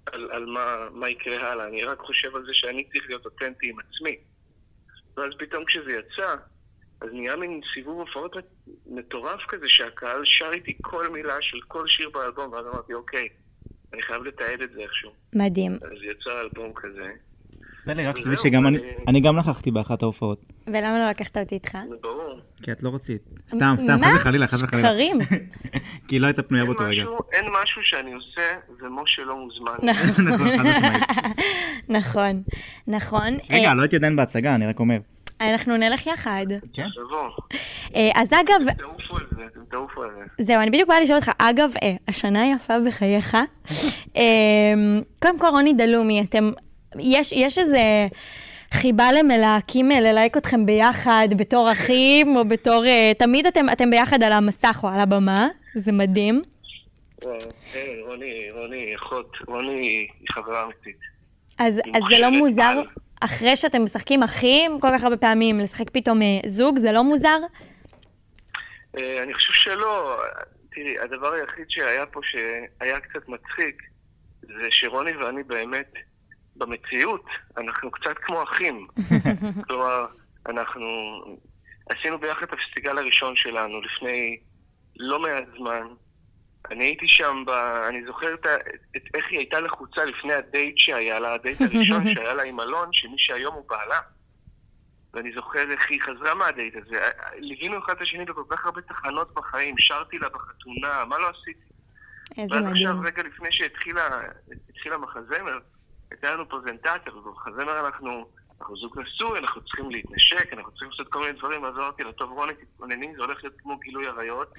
Speaker 4: על, על מה, מה יקרה הלאה, אני רק חושב על זה שאני צריך להיות אותנטי עם עצמי. ואז פתאום כשזה יצא, אז נהיה מין סיבוב הופעות מטורף כזה, שהקהל שר איתי כל מילה של כל שיר באלבום, ואז אמרתי, אוקיי, אני חייב לתעד את זה איכשהו.
Speaker 2: מדהים.
Speaker 4: אז יצא אלבום כזה.
Speaker 1: פלג, רק שתדעי שגם אני, אני גם נכחתי באחת ההופעות.
Speaker 2: ולמה לא לקחת אותי איתך?
Speaker 4: זה ברור.
Speaker 1: כי את לא רצית. סתם, סתם, חס וחלילה, חס וחלילה.
Speaker 2: שקרים.
Speaker 1: כי היא לא הייתה פנויה
Speaker 4: אין
Speaker 1: באותו רגע.
Speaker 4: משהו, אין משהו שאני עושה, ומשה לא מוזמן.
Speaker 2: נכון.
Speaker 1: נכון, חד משמעית.
Speaker 2: נכון, נכון.
Speaker 1: רגע,
Speaker 2: אה,
Speaker 1: לא הייתי עדיין בהצגה, אני רק אומר.
Speaker 2: אנחנו נלך יחד.
Speaker 1: כן?
Speaker 4: תבוא,
Speaker 2: אה, אז אגב,
Speaker 4: תעופו על זה, אתם תעופו על זה.
Speaker 2: זהו, אני בדיוק באה לשאול אותך, אגב, אה, השנה יפה בחייך. אה, קודם כל, רוני דלומי, אתם, יש, יש איזה חיבה למלהקים, ללהק אתכם ביחד, בתור אחים, או בתור, אה, תמיד אתם, אתם ביחד על המסך או על הבמה, זה מדהים.
Speaker 4: וואו, כן, רוני, רוני, אחות, רוני היא חברה אמיתית.
Speaker 2: אז,
Speaker 4: היא
Speaker 2: אז זה לא
Speaker 4: מוכשרת
Speaker 2: מוזר,
Speaker 4: על.
Speaker 2: אחרי שאתם משחקים אחים, כל כך הרבה פעמים, לשחק פתאום אה, זוג, זה לא מוזר?
Speaker 4: אה, אני חושב שלא. תראי, הדבר היחיד שהיה פה שהיה קצת מצחיק, זה שרוני ואני באמת, במציאות, אנחנו קצת כמו אחים. כלומר, אנחנו עשינו ביחד את הפסטיגל הראשון שלנו לפני לא מעט זמן. אני הייתי שם, ב... אני זוכר את, את איך היא הייתה לחוצה לפני הדייט שהיה לה, הדייט הראשון שהיה לה עם אלון, שמי שהיום הוא בעלה. ואני זוכר איך היא חזרה מהדייט הזה. ליווינו אחד את השני בכל כך הרבה תחנות בחיים, שרתי לה בחתונה, מה לא עשיתי?
Speaker 2: איזה
Speaker 4: ואז עכשיו,
Speaker 2: מדהים.
Speaker 4: רגע לפני שהתחילה התחילה מחזמר, הייתה לנו פרזנטציה, ובחזמר אנחנו, אנחנו זוג נשוי, אנחנו צריכים להתנשק, אנחנו צריכים לעשות כל מיני דברים, ואז אמרתי לה, טוב רוני, תתכונני, זה הולך להיות כמו גילוי עריות.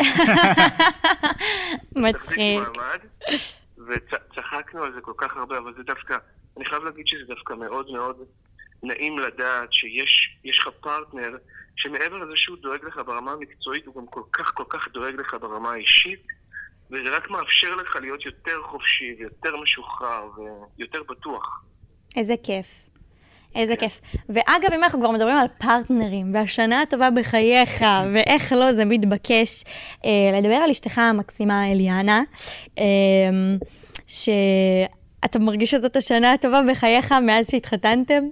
Speaker 2: מצחיק.
Speaker 4: וצחקנו על זה כל כך הרבה, אבל זה דווקא, אני חייב להגיד שזה דווקא מאוד מאוד נעים לדעת שיש יש לך פרטנר שמעבר לזה שהוא דואג לך ברמה המקצועית, הוא גם כל כך כל כך דואג לך ברמה האישית, וזה רק מאפשר לך להיות יותר חופשי ויותר משוחרר ויותר בטוח.
Speaker 2: איזה כיף. איזה כיף. ואגב, אם אנחנו כבר מדברים על פרטנרים, והשנה הטובה בחייך, ואיך לא זה מתבקש, אה, לדבר על אשתך המקסימה אליאנה, אה, שאתה מרגיש שזאת השנה הטובה בחייך מאז שהתחתנתם?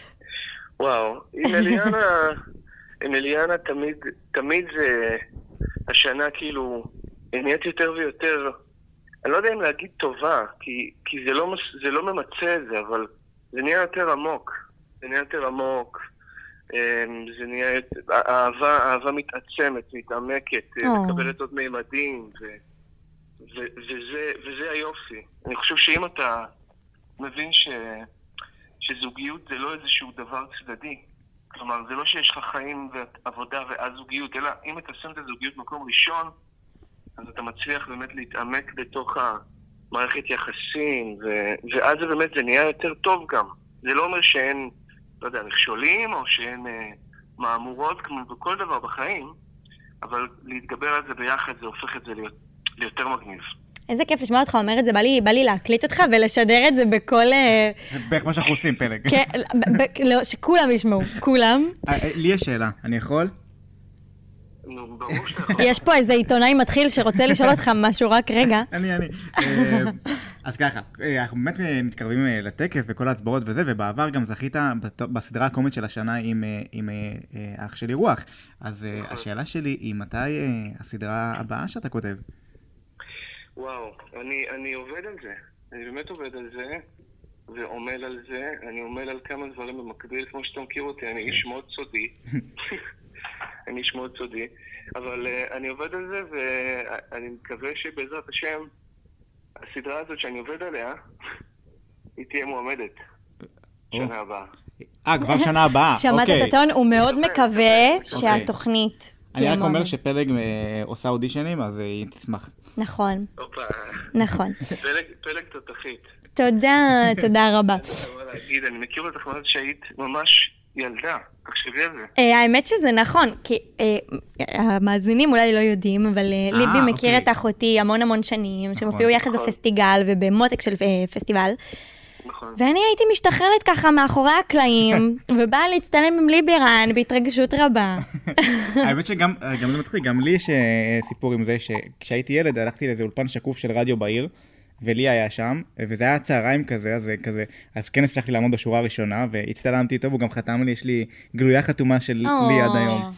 Speaker 4: וואו, עם אליאנה, עם אליאנה תמיד, תמיד זה השנה כאילו, נהיית יותר ויותר, אני לא יודע אם להגיד טובה, כי, כי זה לא, זה לא ממצא את זה, אבל זה נהיה יותר עמוק. זה נהיה יותר עמוק, זה נהיה, האהבה, האהבה מתעצמת, מתעמקת, מקבלת עוד מימדים, ו, ו, וזה, וזה היופי. אני חושב שאם אתה מבין ש, שזוגיות זה לא איזשהו דבר צדדי, כלומר, זה לא שיש לך חיים ועבודה ואז זוגיות, אלא אם אתה שם את הזוגיות במקום ראשון, אז אתה מצליח באמת להתעמק בתוך המערכת יחסים, ו, ואז זה באמת, זה נהיה יותר טוב גם. זה לא אומר שאין, לא יודע, מכשולים או שאין אה, מאמורות כמו בכל דבר בחיים, אבל להתגבר על זה ביחד זה הופך את זה להיות, ליותר מגניב.
Speaker 2: איזה כיף לשמוע אותך אומר את זה, בא לי, בא לי להקליט אותך ולשדר את זה בכל...
Speaker 1: בערך מה שאנחנו עושים, פלג.
Speaker 2: כן, לא, שכולם ישמעו, כולם.
Speaker 1: לי יש שאלה, אני יכול?
Speaker 4: נו, ברור שאתה יכול.
Speaker 2: יש פה איזה עיתונאי מתחיל שרוצה לשאול אותך משהו, רק רגע.
Speaker 1: אני, אני. אז ככה, אנחנו באמת מתקרבים לטקס וכל ההצבעות וזה, ובעבר גם זכית בסדרה הקומית של השנה עם אח שלי רוח. אז השאלה שלי היא, מתי הסדרה הבאה שאתה כותב?
Speaker 4: וואו, אני, אני עובד על זה. אני באמת עובד על זה, ועומל על זה. אני עומל על כמה דברים במקביל, כמו שאתה מכיר אותי, אני איש מאוד סודי. אני איש מאוד סודי. אבל uh, אני עובד על זה, ואני מקווה שבעזרת השם, הסדרה הזאת שאני עובד עליה, היא תהיה מועמדת שנה הבאה.
Speaker 1: אה, כבר שנה הבאה,
Speaker 2: שמעת את הטון, הוא מאוד מקווה שהתוכנית
Speaker 1: אני רק אומר שפלג עושה אודישנים, אז היא תשמח.
Speaker 2: נכון.
Speaker 4: הופה.
Speaker 2: נכון.
Speaker 4: פלג תותחית.
Speaker 2: תודה, תודה רבה.
Speaker 4: אני מכיר אותך מאוד שהיית ממש ילדה, תחשבי על זה.
Speaker 2: האמת שזה נכון, כי המאזינים אולי לא יודעים, אבל ליבי מכיר את אחותי המון המון שנים, שמופיעו יחד בפסטיגל ובמותק של פסטיבל. ואני הייתי משתחררת ככה מאחורי הקלעים, ובאה להצטלם עם ליבירן בהתרגשות רבה.
Speaker 1: האמת שגם זה מצחיק, גם לי יש סיפור עם זה, שכשהייתי ילד הלכתי לאיזה אולפן שקוף של רדיו בעיר, ולי היה שם, וזה היה צהריים כזה, אז כזה, אז כן הצלחתי לעמוד בשורה הראשונה, והצטלמתי איתו, והוא גם חתם לי, יש לי גלויה חתומה של לי עד היום.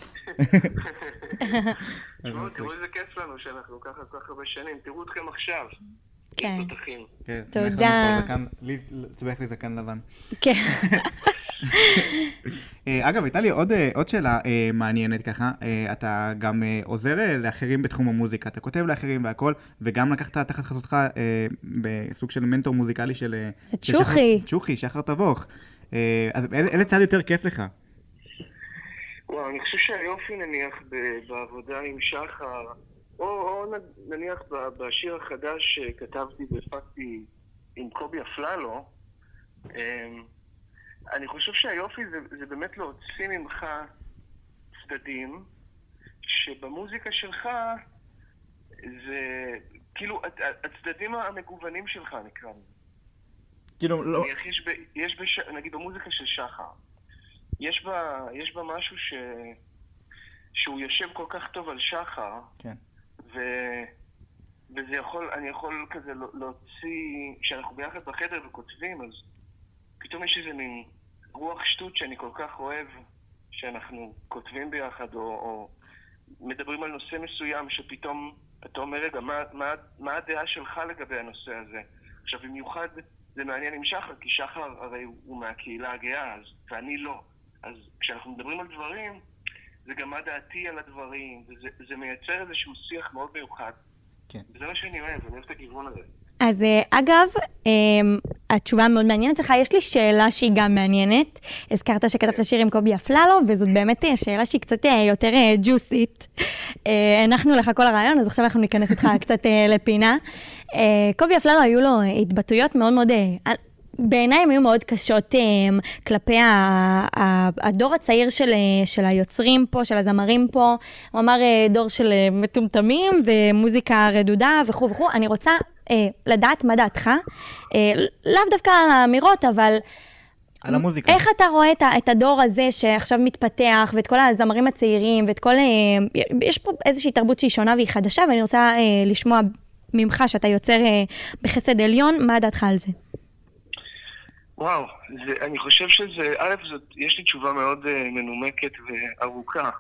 Speaker 4: תראו איזה כיף לנו שאנחנו ככה כל כך הרבה שנים, תראו אתכם עכשיו.
Speaker 2: כן.
Speaker 4: תותחים.
Speaker 2: תודה.
Speaker 1: צובח לי זקן לבן.
Speaker 2: כן.
Speaker 1: אגב, הייתה לי עוד שאלה מעניינת ככה, אתה גם עוזר לאחרים בתחום המוזיקה, אתה כותב לאחרים והכל, וגם לקחת תחת חסותך בסוג של מנטור מוזיקלי של...
Speaker 2: את שוחי.
Speaker 1: שוחי, שחר תבוך. אז איזה צד יותר כיף לך?
Speaker 4: וואו, אני חושב שהיופי נניח בעבודה עם שחר, או, או נניח בשיר החדש שכתבתי והפקתי עם קובי אפללו, אני חושב שהיופי זה, זה באמת להוציא ממך צדדים שבמוזיקה שלך זה כאילו הצדדים המגוונים שלך נקרא לזה.
Speaker 1: כאילו לא...
Speaker 4: יש, ב, יש בש, נגיד במוזיקה של שחר, יש בה, יש בה משהו ש, שהוא יושב כל כך טוב על שחר,
Speaker 1: כן.
Speaker 4: ו... וזה יכול, אני יכול כזה להוציא, כשאנחנו ביחד בחדר וכותבים, אז פתאום יש איזה מין רוח שטות שאני כל כך אוהב, שאנחנו כותבים ביחד, או, או מדברים על נושא מסוים, שפתאום אתה אומר, רגע, מה, מה, מה הדעה שלך לגבי הנושא הזה? עכשיו, במיוחד זה מעניין עם שחר, כי שחר הרי הוא מהקהילה הגאה, אז, ואני לא. אז כשאנחנו מדברים על דברים, זה גם מה דעתי על הדברים, וזה זה מייצר איזשהו שיח מאוד מיוחד.
Speaker 1: כן.
Speaker 4: וזה מה שאני אוהב, אני אוהב את הכיוון הזה.
Speaker 2: אז אגב, התשובה מאוד מעניינת לך, יש לי שאלה שהיא גם מעניינת. הזכרת שכתבת שיר עם קובי אפללו, וזאת באמת שאלה שהיא קצת יותר ג'וסית. הנחנו לך כל הרעיון, אז עכשיו אנחנו ניכנס איתך קצת לפינה. קובי אפללו היו לו התבטאויות מאוד מאוד... בעיניי הם היו מאוד קשות um, כלפי הדור הצעיר של, של היוצרים פה, של הזמרים פה. הוא אמר uh, דור של uh, מטומטמים ומוזיקה רדודה וכו' וכו'. אני רוצה uh, לדעת מה דעתך, uh, לאו דווקא על האמירות, אבל...
Speaker 1: על המוזיקה.
Speaker 2: איך אתה רואה את, את הדור הזה שעכשיו מתפתח, ואת כל הזמרים הצעירים, ואת כל... Uh, יש פה איזושהי תרבות שהיא שונה והיא חדשה, ואני רוצה uh, לשמוע ממך שאתה יוצר uh, בחסד עליון, מה דעתך על זה?
Speaker 4: וואו, זה, אני חושב שזה, א', זאת, יש לי תשובה מאוד uh, מנומקת וארוכה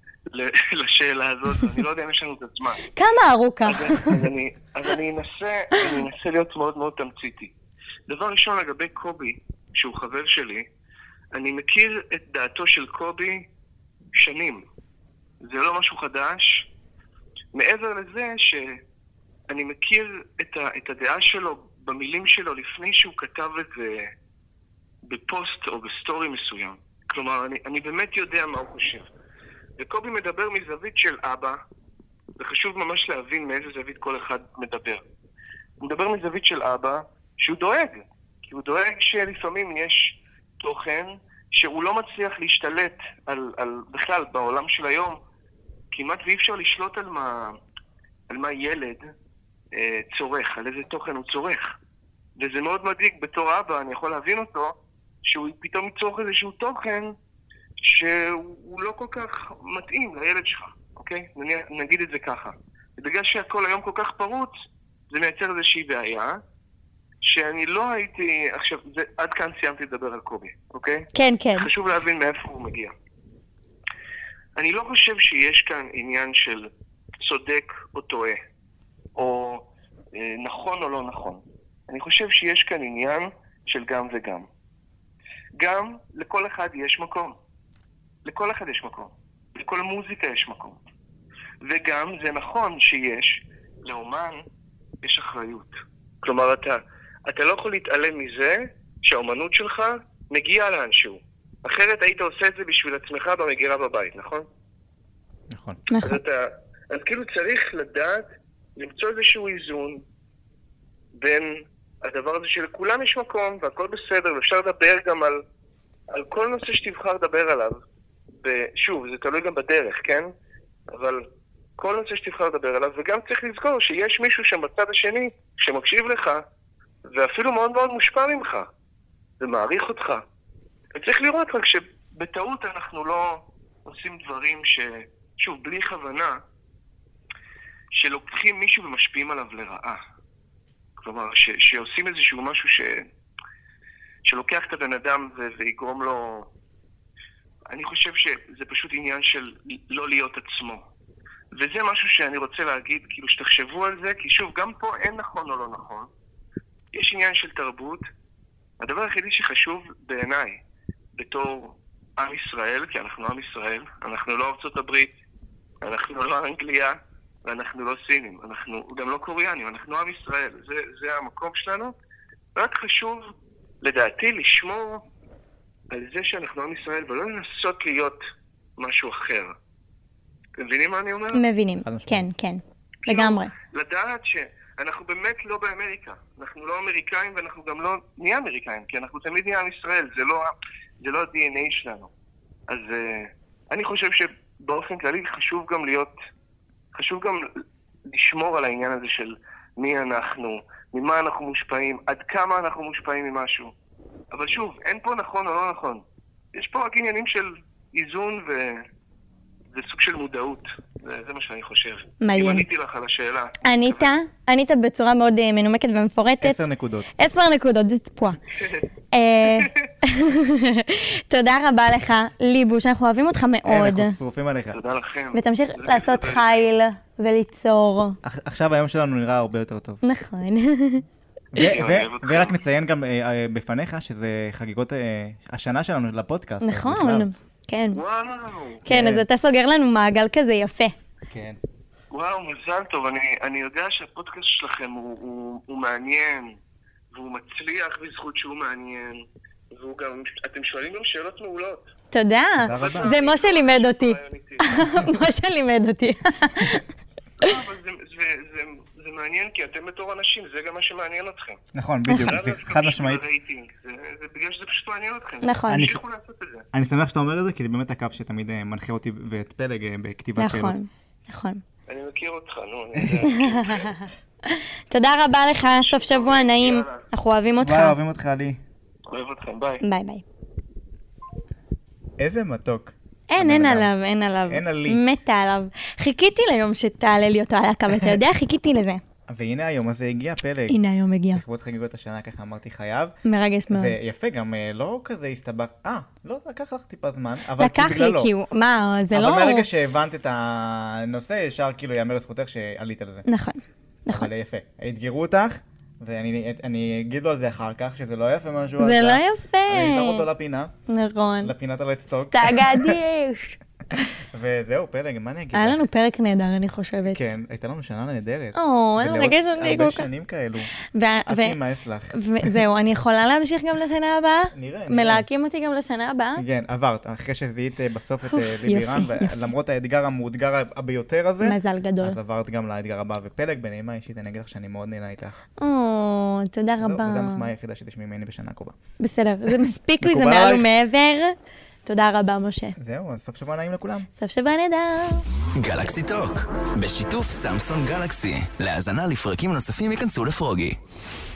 Speaker 4: לשאלה הזאת, אני לא יודע אם יש לנו את הזמן.
Speaker 2: כמה ארוכה?
Speaker 4: אז, אז, אני, אז אני, אנסה, אני אנסה להיות מאוד מאוד תמציתי. דבר ראשון לגבי קובי, שהוא חבר שלי, אני מכיר את דעתו של קובי שנים. זה לא משהו חדש. מעבר לזה שאני מכיר את, ה, את הדעה שלו במילים שלו לפני שהוא כתב את זה בפוסט או בסטורי מסוים. כלומר, אני, אני באמת יודע מה הוא חושב. וקובי מדבר מזווית של אבא, וחשוב ממש להבין מאיזה זווית כל אחד מדבר. הוא מדבר מזווית של אבא שהוא דואג, כי הוא דואג שלפעמים יש תוכן שהוא לא מצליח להשתלט על, על, בכלל בעולם של היום, כמעט ואי אפשר לשלוט על מה, על מה ילד אה, צורך, על איזה תוכן הוא צורך. וזה מאוד מדאיג בתור אבא, אני יכול להבין אותו, שהוא פתאום יצורך איזשהו תוכן שהוא לא כל כך מתאים לילד שלך, אוקיי? נגיד את זה ככה. ובגלל שהכל היום כל כך פרוץ, זה מייצר איזושהי בעיה, שאני לא הייתי... עכשיו, זה, עד כאן סיימתי לדבר על קובי, אוקיי?
Speaker 2: כן, כן.
Speaker 4: חשוב להבין מאיפה הוא מגיע. אני לא חושב שיש כאן עניין של צודק או טועה, או אה, נכון או לא נכון. אני חושב שיש כאן עניין של גם וגם. גם לכל אחד יש מקום. לכל אחד יש מקום. לכל מוזיקה יש מקום. וגם זה נכון שיש, לאומן יש אחריות. כלומר, אתה, אתה לא יכול להתעלם מזה שהאומנות שלך מגיעה לאנשהו. אחרת היית עושה את זה בשביל עצמך במגירה בבית, נכון?
Speaker 1: נכון.
Speaker 4: אז, אתה, אז כאילו צריך לדעת, למצוא איזשהו איזון בין הדבר הזה שלכולם יש מקום והכל בסדר, ואפשר לדבר גם על, על כל נושא שתבחר לדבר עליו. ושוב, זה תלוי גם בדרך, כן? אבל כל נושא שתבחר לדבר עליו, וגם צריך לזכור שיש מישהו שם בצד השני שמקשיב לך, ואפילו מאוד מאוד מושפע ממך, ומעריך אותך. וצריך לראות רק שבטעות אנחנו לא עושים דברים ש... שוב, בלי כוונה, שלוקחים מישהו ומשפיעים עליו לרעה. כלומר, ש, שעושים איזשהו משהו ש, שלוקח את הבן אדם ו, ויגרום לו... אני חושב שזה פשוט עניין של לא להיות עצמו. וזה משהו שאני רוצה להגיד, כאילו שתחשבו על זה, כי שוב, גם פה אין נכון או לא נכון. יש עניין של תרבות. הדבר היחידי שחשוב בעיניי, בתור עם ישראל, כי אנחנו עם ישראל, אנחנו לא ארצות הברית, אנחנו לא אנגליה, ואנחנו לא סינים, אנחנו גם לא קוריאנים, אנחנו עם ישראל, זה, זה המקום שלנו. רק חשוב, לדעתי, לשמור על זה שאנחנו עם ישראל, ולא לנסות להיות משהו אחר. אתם מבינים מה אני אומר?
Speaker 2: מבינים, כן, כן, לגמרי.
Speaker 4: לדעת שאנחנו באמת לא באמריקה, אנחנו לא אמריקאים ואנחנו גם לא נהיה אמריקאים, כי אנחנו תמיד נהיה עם ישראל, זה לא, זה לא ה-די אן איי שלנו. אז uh, אני חושב שבאופן כללי חשוב גם להיות, חשוב גם לשמור על העניין הזה של מי אנחנו, ממה אנחנו מושפעים, עד כמה אנחנו מושפעים ממשהו. אבל שוב, אין פה נכון או לא נכון. יש פה רק עניינים של איזון ו... זה סוג של מודעות, זה, זה מה שאני חושב.
Speaker 2: מדהים.
Speaker 4: אם עניתי לך על השאלה.
Speaker 2: ענית, ענית בצורה מאוד uh, מנומקת ומפורטת.
Speaker 1: עשר נקודות.
Speaker 2: עשר נקודות, זה פוע. תודה רבה לך, ליבוש, אנחנו אוהבים אותך מאוד.
Speaker 1: אנחנו שרופים עליך.
Speaker 4: תודה לכם.
Speaker 2: ותמשיך לעשות חיל וליצור.
Speaker 1: עכשיו היום שלנו נראה הרבה יותר טוב.
Speaker 2: נכון.
Speaker 1: ורק נציין גם בפניך שזה חגיגות השנה שלנו לפודקאסט.
Speaker 2: נכון. כן.
Speaker 4: וואו.
Speaker 2: כן, אז אתה סוגר לנו מעגל כזה יפה.
Speaker 1: כן.
Speaker 4: וואו, מזל טוב. אני, אני יודע שהפודקאסט שלכם הוא, הוא, הוא מעניין, והוא מצליח בזכות שהוא מעניין, והוא גם, אתם שואלים גם שאלות מעולות.
Speaker 2: תודה. זה משה לימד אותי. משה לימד אותי.
Speaker 4: לא, אבל זה, זה, זה, זה מעניין, כי אתם בתור אנשים, זה גם מה שמעניין אתכם.
Speaker 1: נכון, בדיוק, זה חד משמעית.
Speaker 4: זה, זה בגלל שזה פשוט מעניין אתכם.
Speaker 2: נכון.
Speaker 1: אני,
Speaker 4: תמשיכו לעשות את זה.
Speaker 1: אני שמח שאתה אומר את זה, כי זה באמת הקו שתמיד מנחה אותי ואת פלג בכתיבת שאלות.
Speaker 2: נכון, נכון.
Speaker 4: אני מכיר אותך, נו, אני יודע.
Speaker 2: תודה רבה לך, סוף שבוע נעים. אנחנו אוהבים אותך.
Speaker 1: ביי, אוהבים אותך, לי.
Speaker 4: אוהב אתכם, ביי.
Speaker 2: ביי ביי.
Speaker 1: איזה מתוק.
Speaker 2: אין, אין עליו, אין עליו.
Speaker 1: אין עלי.
Speaker 2: מתה עליו. חיכיתי ליום שתעלה לי אותו על הקו, אתה יודע? חיכיתי לזה.
Speaker 1: והנה היום הזה הגיע פלג.
Speaker 2: הנה היום הגיע.
Speaker 1: לכבוד חגיגות השנה, ככה אמרתי חייב.
Speaker 2: מרגש מאוד.
Speaker 1: ויפה, גם לא כזה הסתבך. אה, לא, לקח לך טיפה זמן, אבל
Speaker 2: לקח לי, כי הוא, מה, זה לא...
Speaker 1: אבל מהרגע שהבנת את הנושא, ישר כאילו יאמר לזכותך שעלית על זה.
Speaker 2: נכון, נכון.
Speaker 1: אבל יפה. התגרו אותך, ואני אגיד לו על זה אחר כך, שזה לא יפה משהו.
Speaker 2: זה לא יפה.
Speaker 1: אני אתר אותו לפינה.
Speaker 2: נכון.
Speaker 1: לפינת הרצטוק.
Speaker 2: סטגדיש.
Speaker 1: וזהו, פלג, מה אני אגיד לך?
Speaker 2: היה לנו פרק נהדר, אני חושבת.
Speaker 1: כן, הייתה לנו שנה נהדרת.
Speaker 2: או, אני מרגשת אותי כל
Speaker 1: הרבה
Speaker 2: כך.
Speaker 1: שנים כאלו.
Speaker 2: ו-
Speaker 1: עד
Speaker 2: ו-
Speaker 1: שימאס לך.
Speaker 2: וזהו, אני יכולה להמשיך גם לשנה הבאה?
Speaker 1: נראה, נראה.
Speaker 2: מלהקים אותי גם לשנה הבאה?
Speaker 1: כן, עברת, אחרי שזיהית בסוף את
Speaker 2: אוף,
Speaker 1: ליבירן,
Speaker 2: יופי, יופי.
Speaker 1: למרות האתגר המאותגר הביותר הזה,
Speaker 2: מזל גדול.
Speaker 1: אז עברת גם לאתגר הבא. ופלג, בנעימה אישית, אני אגיד לך שאני מאוד נהנה איתך.
Speaker 2: או, תודה
Speaker 1: זהו,
Speaker 2: רבה.
Speaker 1: וזו המחמאה היחידה שתשמעי ממני בשנה הקרובה.
Speaker 2: בסדר, זה מספיק לי, זה
Speaker 1: מקובל
Speaker 2: מעל
Speaker 1: עלייך?
Speaker 2: ומעבר. תודה רבה, משה.
Speaker 1: זהו, אז סוף שבוע נעים לכולם.
Speaker 2: סוף שבוע נהדר.
Speaker 3: גלקסי טוק, בשיתוף סמסונג גלקסי. להאזנה לפרקים נוספים ייכנסו לפרוגי.